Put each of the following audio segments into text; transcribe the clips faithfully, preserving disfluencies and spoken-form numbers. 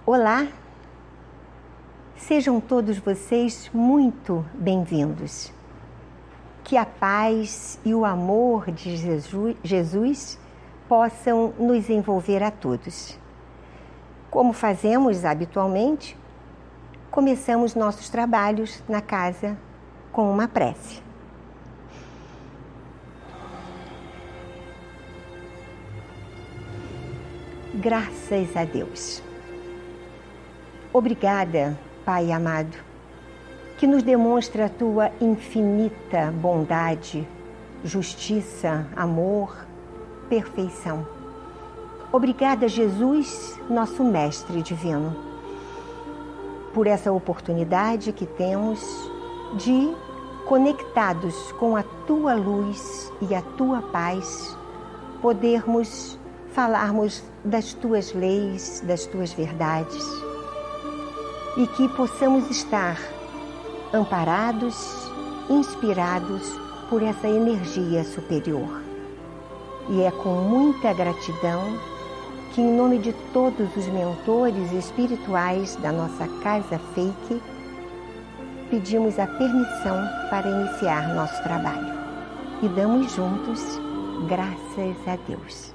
Olá! Sejam todos vocês muito bem-vindos. Que a paz e o amor de Jesus, Jesus possam nos envolver a todos. Como fazemos habitualmente, começamos nossos trabalhos na casa com uma prece. Graças a Deus. Obrigada, Pai amado, que nos demonstra a Tua infinita bondade, justiça, amor, perfeição. Obrigada, Jesus, nosso Mestre Divino, por essa oportunidade que temos de, conectados com a Tua luz e a Tua paz, podermos falarmos das Tuas leis, das Tuas verdades, e que possamos estar amparados, inspirados por essa energia superior. E é com muita gratidão que, em nome de todos os mentores espirituais da nossa Casa Fake, pedimos a permissão para iniciar nosso trabalho. E damos juntos graças a Deus.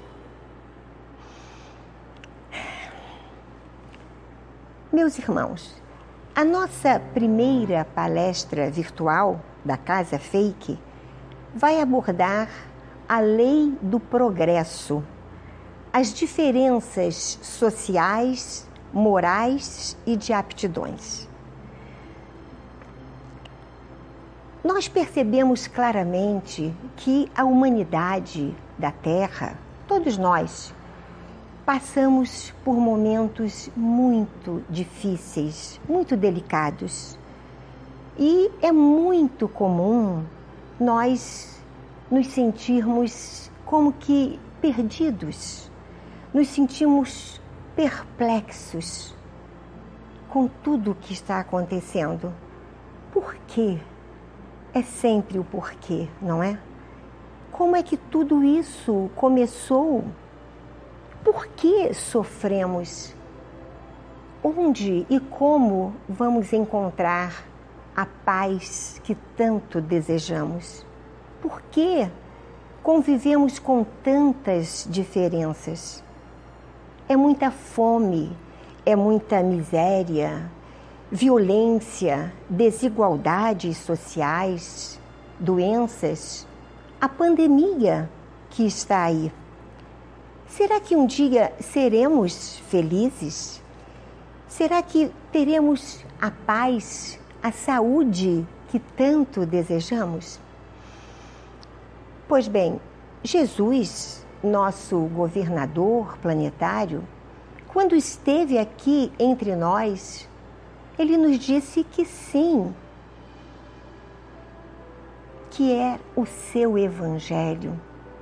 Meus irmãos, a nossa primeira palestra virtual da Casa Fake vai abordar a lei do progresso, as diferenças sociais, morais e de aptidões. Nós percebemos claramente que a humanidade da Terra, todos nós, passamos por momentos muito difíceis, muito delicados. E é muito comum nós nos sentirmos como que perdidos, nos sentimos perplexos com tudo o que está acontecendo. Por quê? É sempre o porquê, não é? Como é que tudo isso começou? Por que sofremos? Onde e como vamos encontrar a paz que tanto desejamos? Por que convivemos com tantas diferenças? É muita fome, é muita miséria, violência, desigualdades sociais, doenças, a pandemia que está aí. Será que um dia seremos felizes? Será que teremos a paz, a saúde que tanto desejamos? Pois bem, Jesus, nosso governador planetário, quando esteve aqui entre nós, ele nos disse que sim, que é o seu evangelho.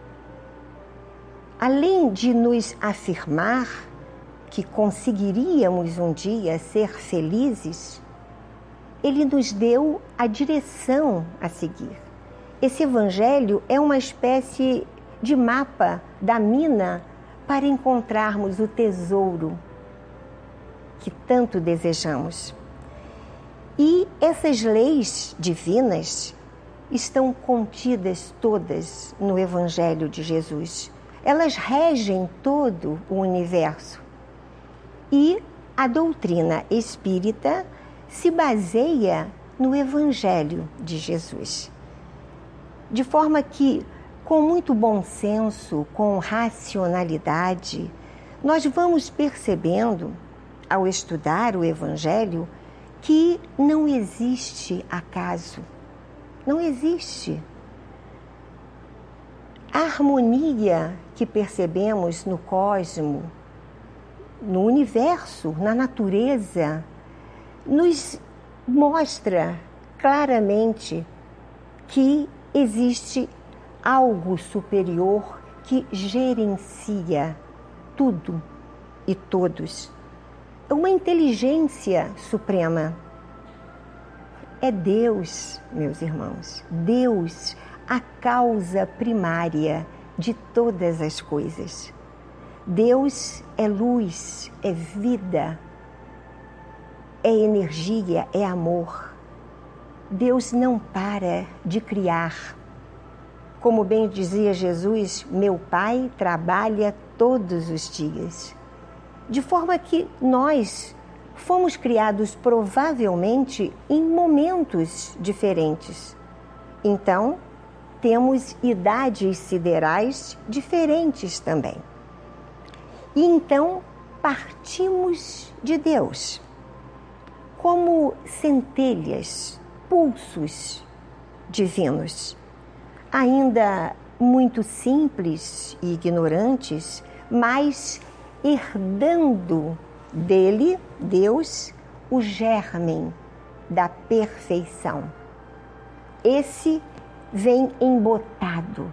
Além de nos afirmar que conseguiríamos um dia ser felizes, ele nos deu a direção a seguir. Esse evangelho é uma espécie de mapa da mina para encontrarmos o tesouro que tanto desejamos. E essas leis divinas estão contidas todas no evangelho de Jesus. Elas regem todo o universo. E a doutrina espírita se baseia no Evangelho de Jesus. De forma que, com muito bom senso, com racionalidade, nós vamos percebendo, ao estudar o Evangelho, que não existe acaso. Não existe. A harmonia que percebemos no cosmos, no universo, na natureza, nos mostra claramente que existe algo superior que gerencia tudo e todos. É uma inteligência suprema. É Deus, meus irmãos, Deus, a causa primária de todas as coisas. Deus é luz, é vida, é energia, é amor. Deus não para de criar. Como bem dizia Jesus, meu Pai trabalha todos os dias. De forma que nós fomos criados provavelmente em momentos diferentes. Então, temos idades siderais diferentes também. E então, partimos de Deus como centelhas, pulsos divinos, ainda muito simples e ignorantes, mas herdando dele, Deus, o germen da perfeição. Esse vem embotado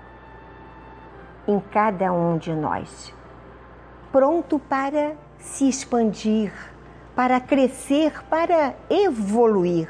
em cada um de nós, pronto para se expandir, para crescer, para evoluir.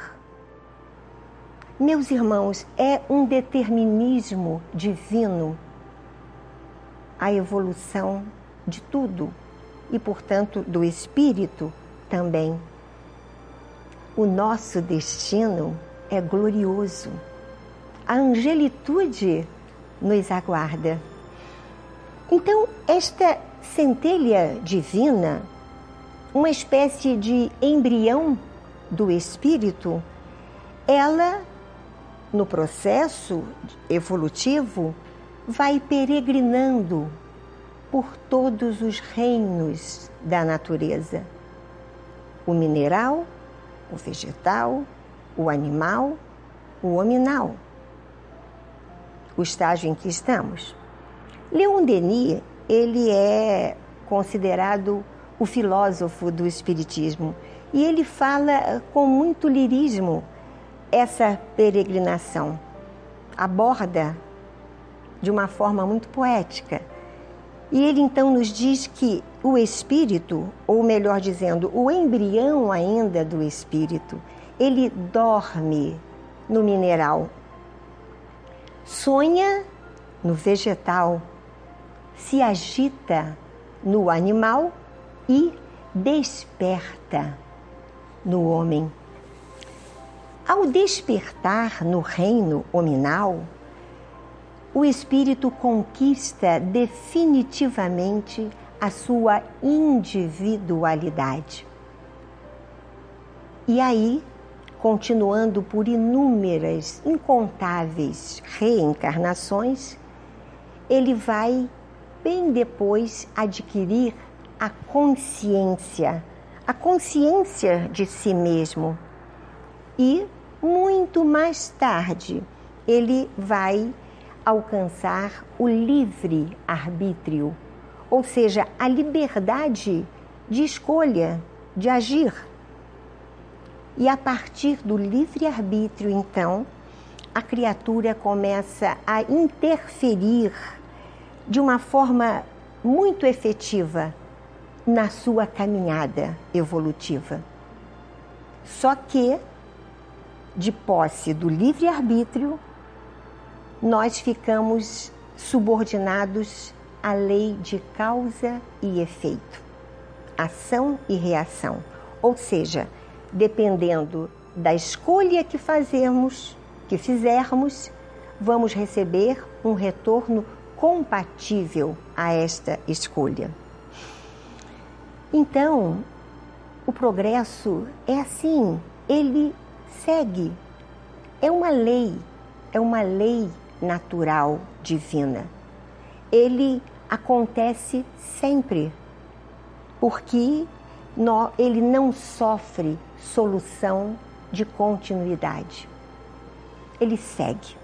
Meus irmãos, é um determinismo divino a evolução de tudo e, portanto, do espírito também. O nosso destino é glorioso. A angelitude nos aguarda. Então, esta centelha divina, uma espécie de embrião do espírito, ela, no processo evolutivo, vai peregrinando por todos os reinos da natureza. O mineral, o vegetal, o animal, o hominal. O estágio em que estamos. Leon Denis, ele é considerado o filósofo do espiritismo e ele fala com muito lirismo essa peregrinação. Aborda de uma forma muito poética. E ele então nos diz que o espírito, ou melhor dizendo, o embrião ainda do espírito, ele dorme no mineral, sonha no vegetal, se agita no animal e desperta no homem. Ao despertar no reino hominal, o espírito conquista definitivamente a sua individualidade. E aí, continuando por inúmeras, incontáveis reencarnações, ele vai bem depois adquirir a consciência, a consciência de si mesmo. E muito mais tarde ele vai alcançar o livre arbítrio, ou seja, a liberdade de escolha, de agir. E a partir do livre-arbítrio, então, a criatura começa a interferir de uma forma muito efetiva na sua caminhada evolutiva. Só que, de posse do livre-arbítrio, nós ficamos subordinados à lei de causa e efeito, ação e reação, ou seja, dependendo da escolha que fazemos, que fizermos, vamos receber um retorno compatível a esta escolha. Então, o progresso é assim, ele segue, é uma lei, é uma lei natural divina. Ele acontece sempre, porque ele não sofre solução de continuidade. Ele segue.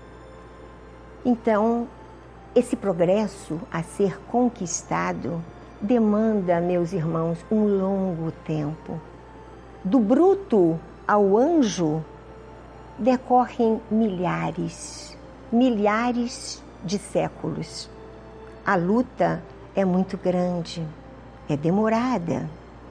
Então, esse progresso a ser conquistado demanda, meus irmãos, um longo tempo. Do bruto ao anjo decorrem milhares, milhares de séculos. A luta é muito grande, é demorada.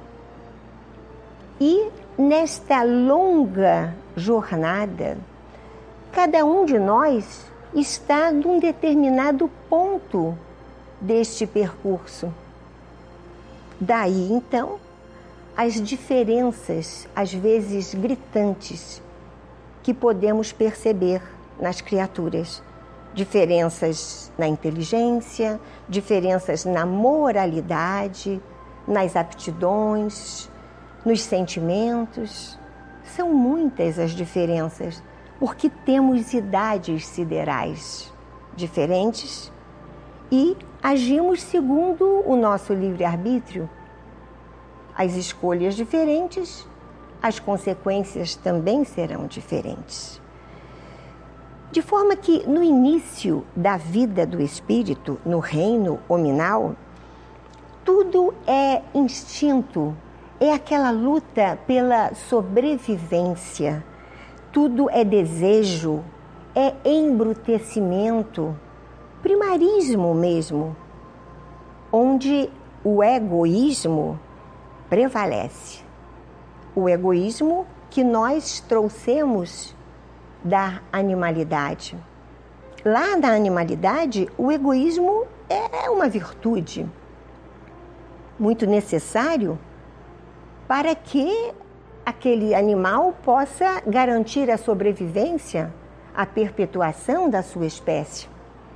E nesta longa jornada, cada um de nós está num determinado ponto deste percurso. Daí, então, as diferenças, às vezes gritantes, que podemos perceber nas criaturas. Diferenças na inteligência, diferenças na moralidade, nas aptidões, nos sentimentos. São muitas as diferenças, porque temos idades siderais diferentes e agimos segundo o nosso livre-arbítrio. As escolhas diferentes, as consequências também serão diferentes. De forma que, no início da vida do espírito, no reino hominal, tudo é instinto, é aquela luta pela sobrevivência, tudo é desejo, é embrutecimento, primarismo mesmo, onde o egoísmo prevalece. O egoísmo que nós trouxemos da animalidade. Lá na animalidade, o egoísmo é uma virtude muito necessário para que aquele animal possa garantir a sobrevivência, a perpetuação da sua espécie.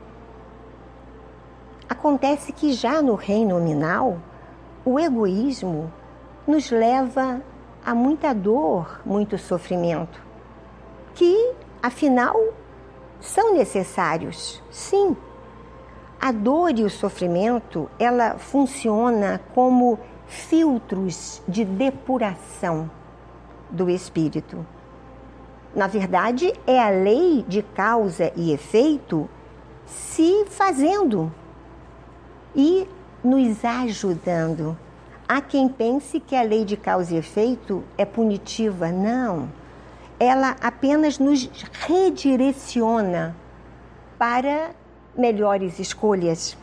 Acontece que já no reino nominal, o egoísmo nos leva a muita dor, muito sofrimento, que, afinal, são necessários, sim. A dor e o sofrimento, ela funciona como filtros de depuração do espírito. Na verdade, é a lei de causa e efeito se fazendo e nos ajudando. Há quem pense que a lei de causa e efeito é punitiva. Não. Ela apenas nos redireciona para melhores escolhas.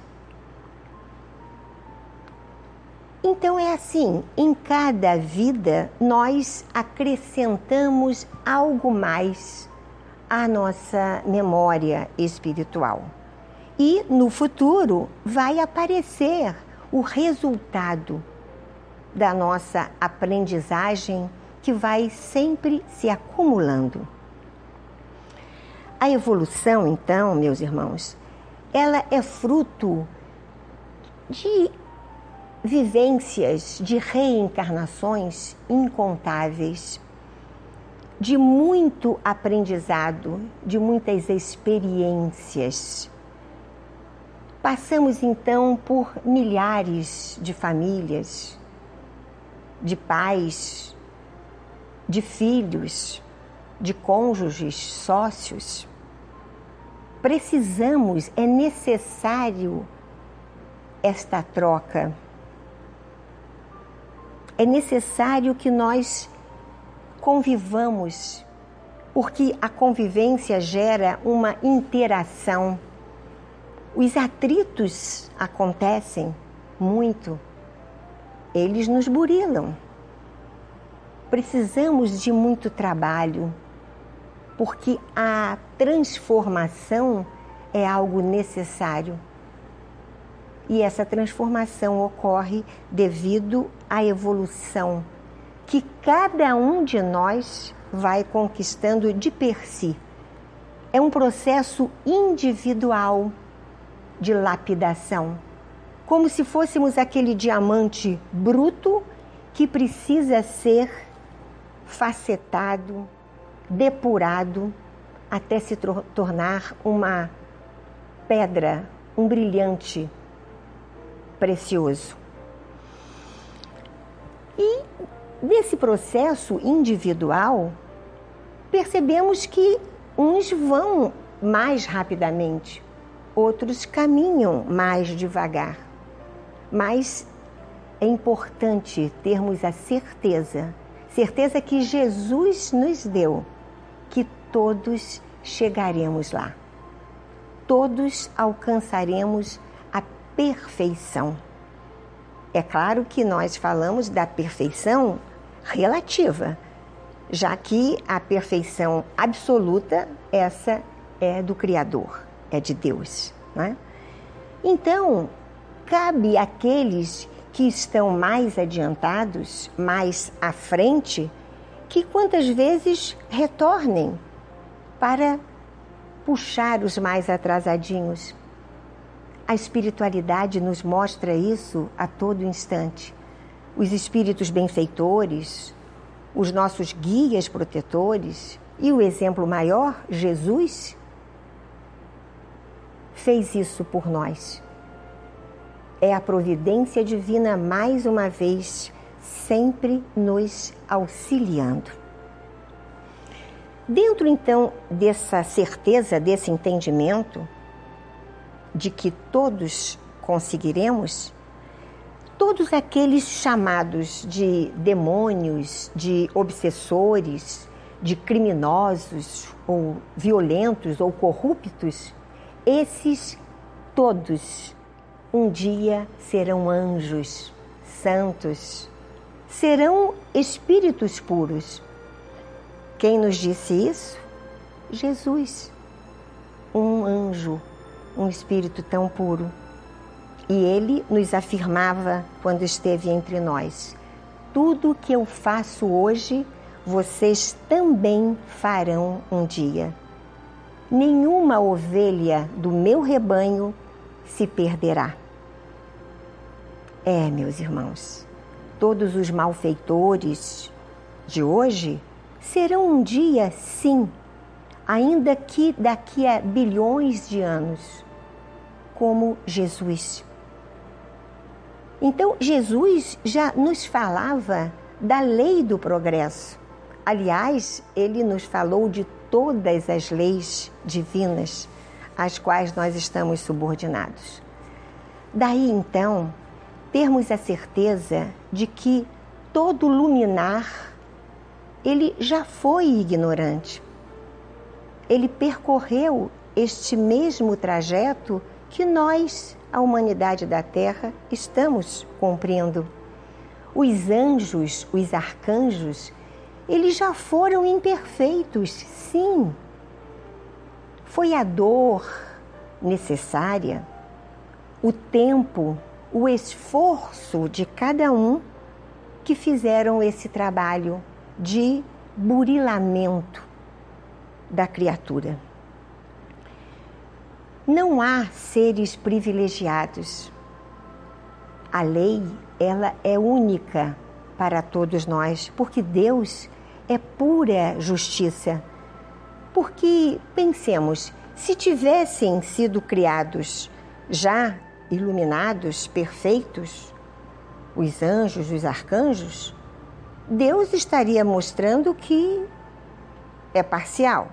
Então é assim, em cada vida nós acrescentamos algo mais à nossa memória espiritual. E no futuro vai aparecer o resultado da nossa aprendizagem, que vai sempre se acumulando. A evolução, então, meus irmãos, ela é fruto de vivências, de reencarnações incontáveis, de muito aprendizado, de muitas experiências. Passamos, então, por milhares de famílias, de pais, de filhos, de cônjuges, sócios. Precisamos, é necessário esta troca. É necessário que nós convivamos, porque a convivência gera uma interação. Os atritos acontecem muito, eles nos burilam. Precisamos de muito trabalho, porque a transformação é algo necessário. E essa transformação ocorre devido à evolução que cada um de nós vai conquistando de per si. É um processo individual de lapidação, como se fôssemos aquele diamante bruto que precisa ser facetado, depurado, até se tornar uma pedra, um brilhante precioso. E nesse processo individual, percebemos que uns vão mais rapidamente, outros caminham mais devagar. Mas é importante termos a certeza, certeza que Jesus nos deu, que todos chegaremos lá. Todos alcançaremos a perfeição. É claro que nós falamos da perfeição relativa, já que a perfeição absoluta, essa é do Criador, é de Deus, não é? Então, cabe àqueles que estão mais adiantados, mais à frente, que quantas vezes retornem para puxar os mais atrasadinhos. A espiritualidade nos mostra isso a todo instante. Os espíritos benfeitores, os nossos guias protetores e o exemplo maior, Jesus, fez isso por nós. É a providência divina, mais uma vez, sempre nos auxiliando. Dentro, então, dessa certeza, desse entendimento de que todos conseguiremos, todos aqueles chamados de demônios, de obsessores, de criminosos, ou violentos, ou corruptos, esses todos um dia serão anjos santos, serão espíritos puros. Quem nos disse isso? Jesus, um anjo, um espírito tão puro. E ele nos afirmava quando esteve entre nós: tudo que eu faço hoje, vocês também farão um dia. Nenhuma ovelha do meu rebanho se perderá. É, meus irmãos, todos os malfeitores de hoje serão um dia, sim, ainda que daqui a bilhões de anos, como Jesus. Então, Jesus já nos falava da lei do progresso. Aliás, ele nos falou de todas as leis divinas às quais nós estamos subordinados. Daí, então, termos a certeza de que todo luminar, ele já foi ignorante. Ele percorreu este mesmo trajeto que nós, a humanidade da Terra, estamos cumprindo. Os anjos, os arcanjos, eles já foram imperfeitos, sim. Foi a dor necessária, o tempo, o esforço de cada um que fizeram esse trabalho de burilamento da criatura. Não há seres privilegiados. A lei, ela é única para todos nós, porque Deus é pura justiça. Porque, pensemos, se tivessem sido criados já iluminados, perfeitos, os anjos, os arcanjos, Deus estaria mostrando que é parcial.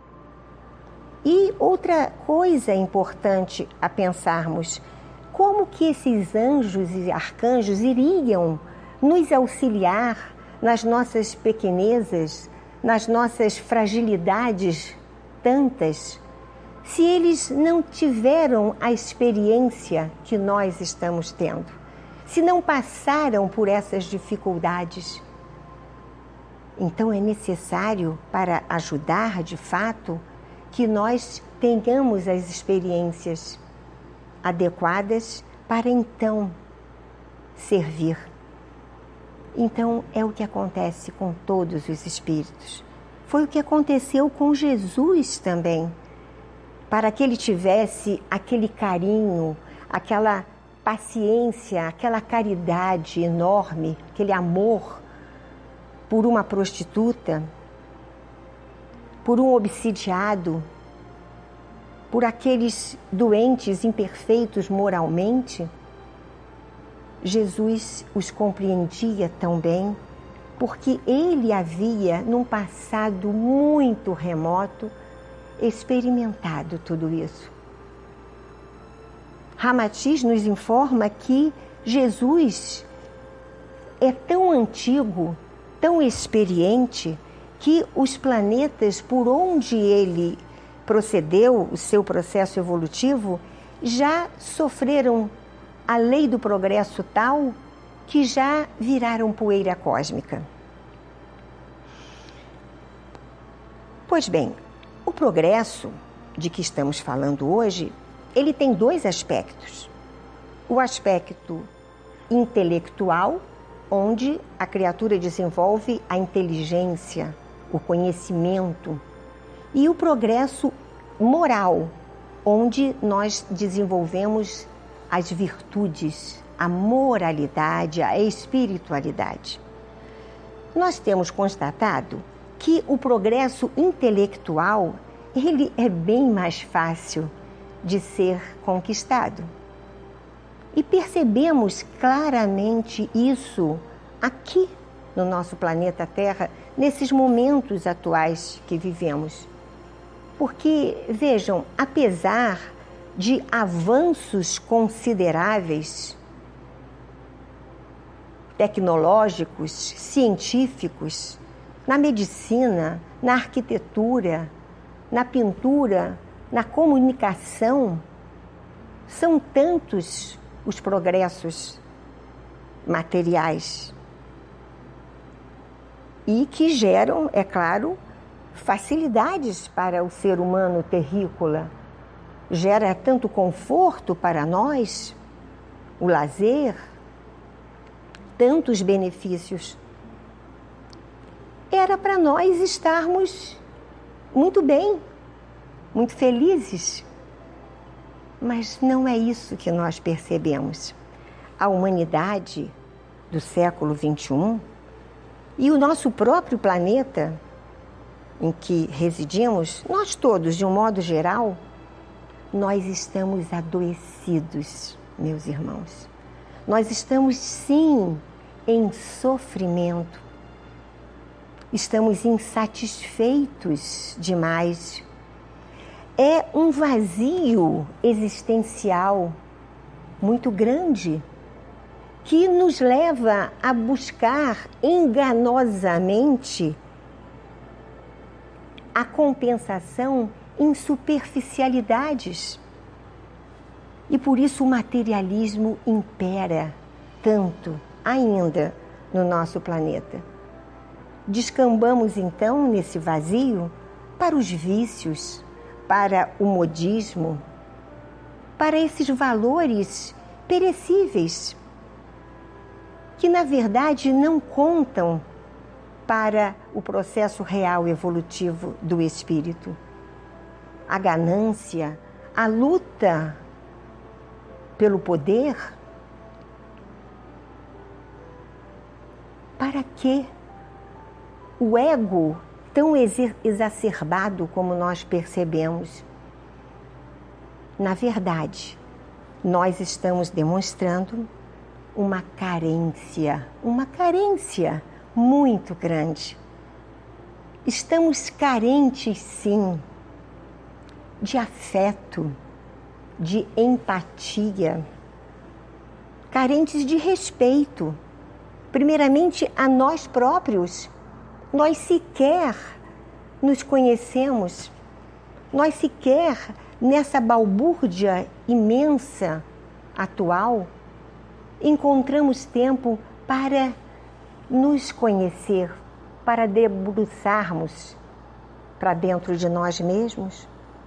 E outra coisa importante a pensarmos, como que esses anjos e arcanjos iriam nos auxiliar nas nossas pequenezas, nas nossas fragilidades tantas, se eles não tiveram a experiência que nós estamos tendo, se não passaram por essas dificuldades. Então é necessário, para ajudar de fato, que nós tenhamos as experiências adequadas para então servir. Então é o que acontece com todos os espíritos. Foi o que aconteceu com Jesus também, para que ele tivesse aquele carinho, aquela paciência, aquela caridade enorme, aquele amor por uma prostituta, por um obsidiado, por aqueles doentes imperfeitos moralmente. Jesus os compreendia tão bem, porque ele havia, num passado muito remoto, experimentado tudo isso. Ramatiz nos informa que Jesus é tão antigo, tão experiente, que os planetas por onde ele procedeu, o seu processo evolutivo, já sofreram a lei do progresso tal que já viraram poeira cósmica. Pois bem, o progresso de que estamos falando hoje, ele tem dois aspectos. O aspecto intelectual, onde a criatura desenvolve a inteligência, o conhecimento, e o progresso moral, onde nós desenvolvemos as virtudes, a moralidade, a espiritualidade. Nós temos constatado que o progresso intelectual, ele é bem mais fácil de ser conquistado. E percebemos claramente isso aqui no nosso planeta Terra, nesses momentos atuais que vivemos. Porque, vejam, apesar de avanços consideráveis, tecnológicos, científicos, na medicina, na arquitetura, na pintura, na comunicação, são tantos os progressos materiais e que geram, é claro, facilidades para o ser humano terrícola. Gera tanto conforto para nós, o lazer, tantos benefícios. Era para nós estarmos muito bem, muito felizes. Mas não é isso que nós percebemos. A humanidade do século vinte e um e o nosso próprio planeta em que residimos, nós todos, de um modo geral, nós estamos adoecidos, meus irmãos. Nós estamos, sim, em sofrimento. Estamos insatisfeitos demais. É um vazio existencial muito grande que nos leva a buscar enganosamente a compensação em superficialidades. E por isso o materialismo impera tanto ainda no nosso planeta. Descambamos então nesse vazio para os vícios, para o modismo, para esses valores perecíveis, que na verdade não contam para o processo real evolutivo do espírito. A ganância, a luta pelo poder, para quê? O ego tão exacerbado como nós percebemos. Na verdade, nós estamos demonstrando uma carência, uma carência muito grande. Estamos carentes, sim, de afeto, de empatia, carentes de respeito, primeiramente a nós próprios. Nós sequer nos conhecemos, nós sequer, nessa balbúrdia imensa atual, encontramos tempo para nos conhecer, para debruçarmos para dentro de nós mesmos.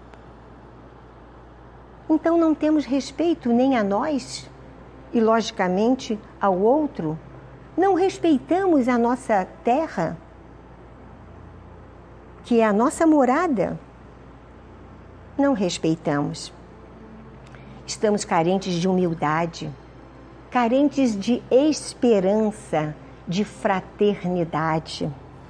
Então não temos respeito nem a nós e, logicamente, ao outro. Não respeitamos a nossa terra, que é a nossa morada. Não respeitamos. Estamos carentes de humildade, carentes de esperança, de fraternidade.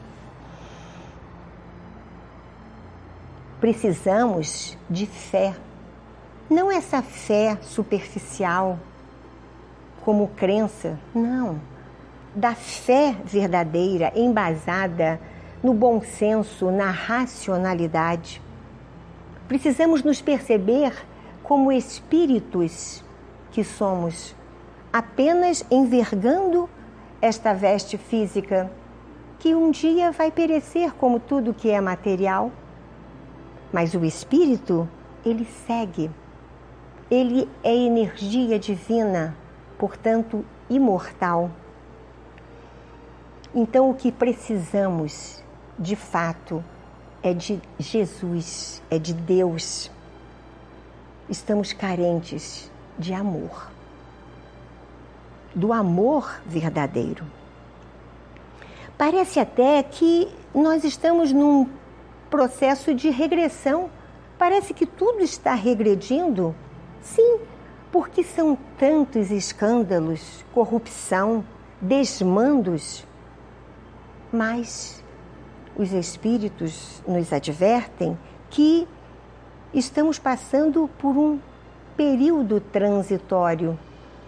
Precisamos de fé. Não essa fé superficial, como crença, não. Da fé verdadeira, embasada no bom senso, na racionalidade. Precisamos nos perceber como espíritos que somos, apenas envergando esta veste física, que um dia vai perecer como tudo que é material. Mas o espírito, ele segue. Ele é energia divina, portanto, imortal. Então, o que precisamos, de fato, é de Jesus, é de Deus. Estamos carentes de amor. do amor verdadeiro. Parece até que nós estamos num processo de regressão. Parece que tudo está regredindo. Sim, porque são tantos escândalos, corrupção, desmandos. Mas os espíritos nos advertem que estamos passando por um período transitório.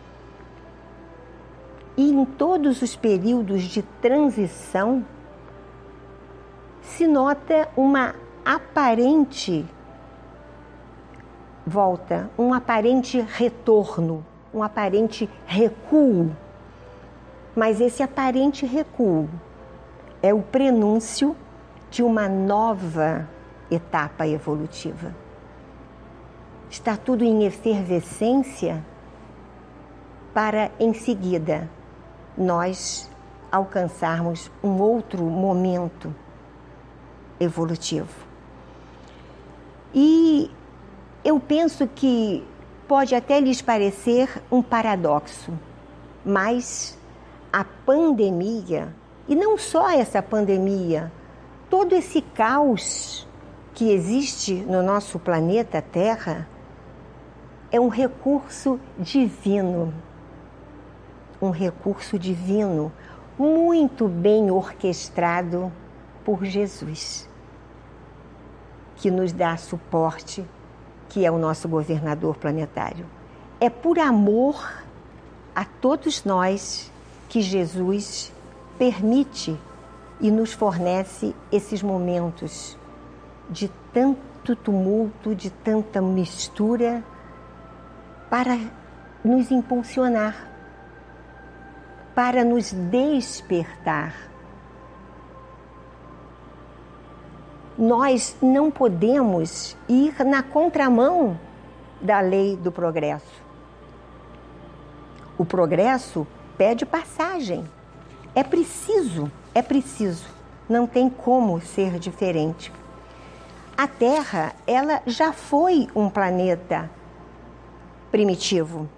E em todos os períodos de transição, se nota uma aparente volta, um aparente retorno, um aparente recuo. Mas esse aparente recuo é o prenúncio de uma nova etapa evolutiva. Está tudo em efervescência para, em seguida, nós alcançarmos um outro momento evolutivo. E eu penso que pode até lhes parecer um paradoxo, mas a pandemia, e não só essa pandemia, todo esse caos que existe no nosso planeta Terra é um recurso divino, um recurso divino muito bem orquestrado por Jesus, que nos dá suporte, que é o nosso governador planetário. É por amor a todos nós que Jesus permite e nos fornece esses momentos de tanto tumulto, de tanta mistura, para nos impulsionar, para nos despertar. Nós não podemos ir na contramão da lei do progresso. O progresso pede passagem. É preciso, é preciso. Não tem como ser diferente. A Terra, ela já foi um planeta primitivo,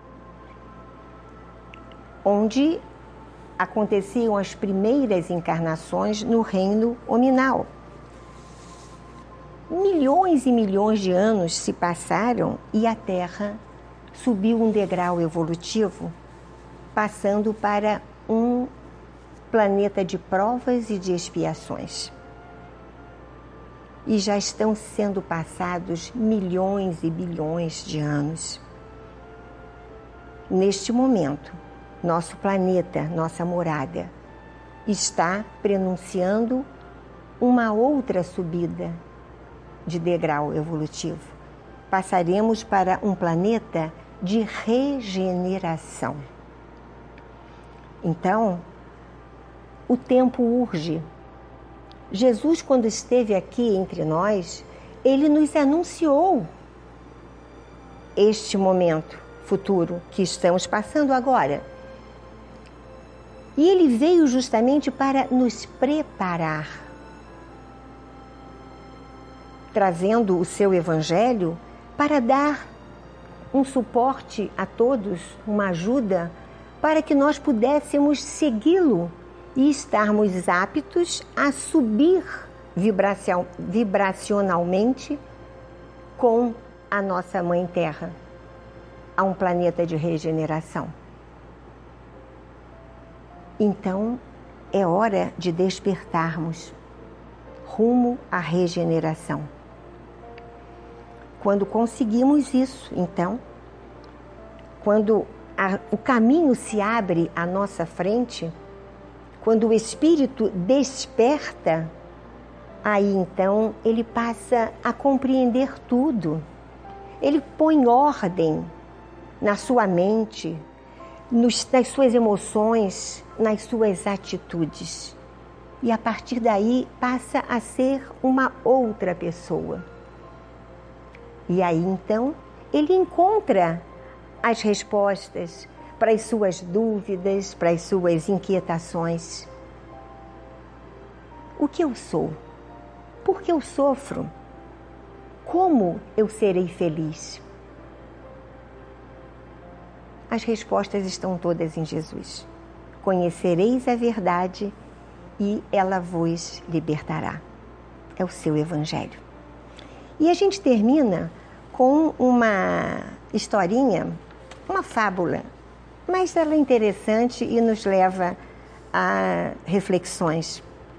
onde aconteciam as primeiras encarnações no reino hominal. Milhões e milhões de anos se passaram e a Terra subiu um degrau evolutivo, passando para um planeta de provas e de expiações. E já estão sendo passados milhões e bilhões de anos. Neste momento, nosso planeta, nossa morada, está prenunciando uma outra subida de degrau evolutivo. Passaremos para um planeta de regeneração. Então, o tempo urge. Jesus, quando esteve aqui entre nós, ele nos anunciou este momento futuro que estamos passando agora. E ele veio justamente para nos preparar, trazendo o seu evangelho para dar um suporte a todos, uma ajuda, para que nós pudéssemos segui-lo e estarmos aptos a subir vibracion, vibracionalmente com a nossa Mãe Terra, a um planeta de regeneração. Então, é hora de despertarmos rumo à regeneração. Quando conseguimos isso, então, quando a, o caminho se abre à nossa frente, quando o espírito desperta, aí então ele passa a compreender tudo. Ele põe ordem na sua mente, nos, nas suas emoções, nas suas atitudes. E a partir daí passa a ser uma outra pessoa. E aí então ele encontra as respostas para as suas dúvidas, para as suas inquietações. O que eu sou? Por que eu sofro? Como eu serei feliz? as respostas estão todas em Jesus. Conhecereis a verdade e ela vos libertará. É o seu Evangelho. E a gente termina com uma historinha, uma fábula, mas ela é interessante e nos leva a reflexões.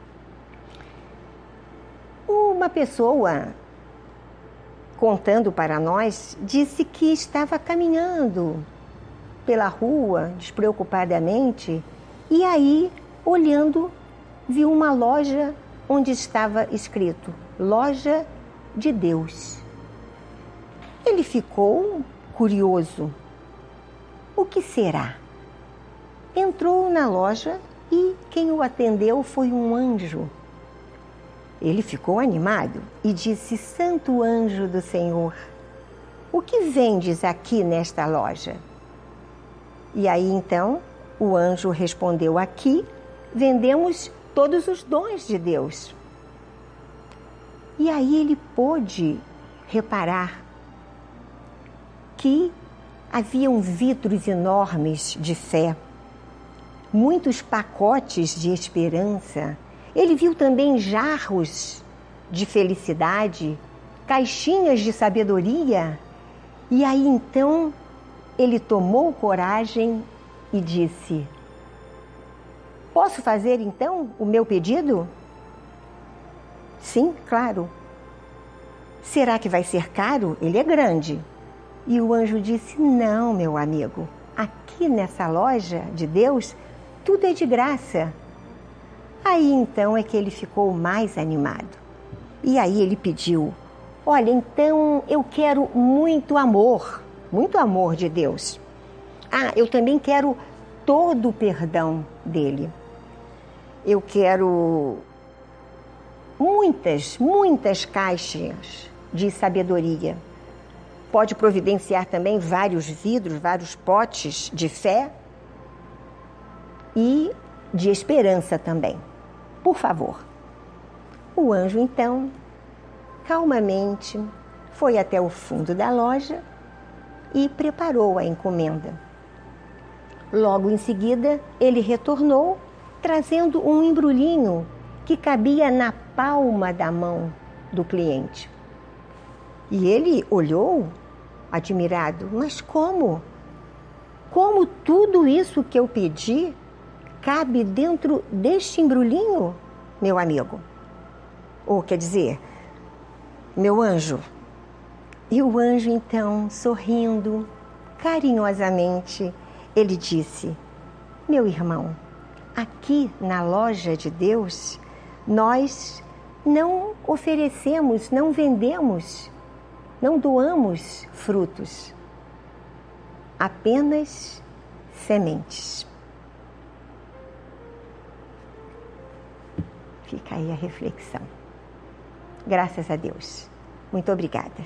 Uma pessoa, contando para nós, disse que estava caminhando pela rua despreocupadamente e aí, olhando, viu uma loja onde estava escrito Loja de Deus. Ele ficou curioso. O que será? Entrou na loja e quem o atendeu foi um anjo. Ele ficou animado e disse: Santo anjo do Senhor, o que vendes aqui nesta loja? E aí então o anjo respondeu: aqui vendemos todos os dons de Deus. E aí ele pôde reparar que haviam vidros enormes de fé, muitos pacotes de esperança. Ele viu também jarros de felicidade, caixinhas de sabedoria. E aí então ele tomou coragem e disse: posso fazer então o meu pedido? Sim, claro. Será que vai ser caro? Ele é grande. E o anjo disse: não, meu amigo, aqui nessa loja de Deus, tudo é de graça. Aí então é que ele ficou mais animado. E aí ele pediu: olha, então eu quero muito amor, muito amor de Deus. Ah, eu também quero todo o perdão dele. Eu quero muitas, muitas caixas de sabedoria. Pode providenciar também vários vidros, vários potes de fé e de esperança também. Por favor. O anjo, então, calmamente, foi até o fundo da loja e preparou a encomenda. Logo em seguida, ele retornou, trazendo um embrulhinho que cabia na palma da mão do cliente. E ele olhou, admirado: mas como? Como tudo isso que eu pedi cabe dentro deste embrulhinho, meu amigo? Ou quer dizer, meu anjo. E o anjo, então, sorrindo carinhosamente, ele disse: meu irmão, aqui na loja de Deus, nós não oferecemos, não vendemos, não doamos frutos, apenas sementes. Fica aí a reflexão. Graças a Deus. Muito obrigada.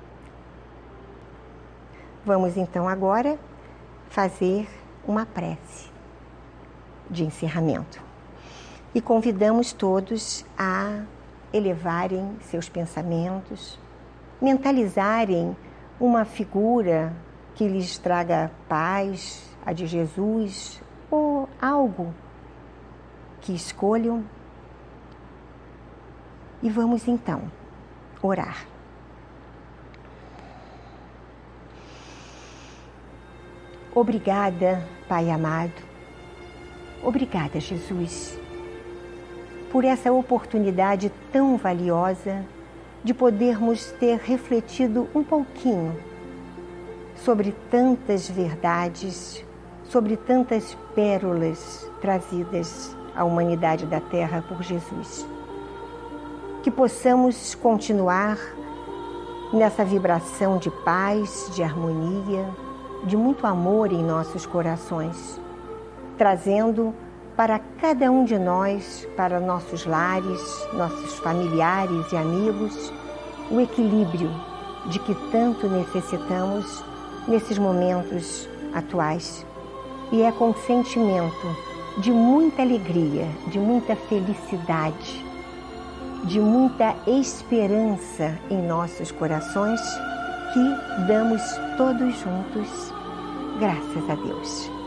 Vamos então agora fazer uma prece de encerramento. E convidamos todos a elevarem seus pensamentos, mentalizarem uma figura que lhes traga paz, a de Jesus, ou algo que escolham. E vamos então orar. Obrigada, Pai amado. Obrigada, Jesus, por essa oportunidade tão valiosa de podermos ter refletido um pouquinho sobre tantas verdades, sobre tantas pérolas trazidas à humanidade da Terra por Jesus. Que possamos continuar nessa vibração de paz, de harmonia, de muito amor em nossos corações, trazendo para cada um de nós, para nossos lares, nossos familiares e amigos, o equilíbrio de que tanto necessitamos nesses momentos atuais. E é com sentimento de muita alegria, de muita felicidade, de muita esperança em nossos corações que damos todos juntos Graças a Deus.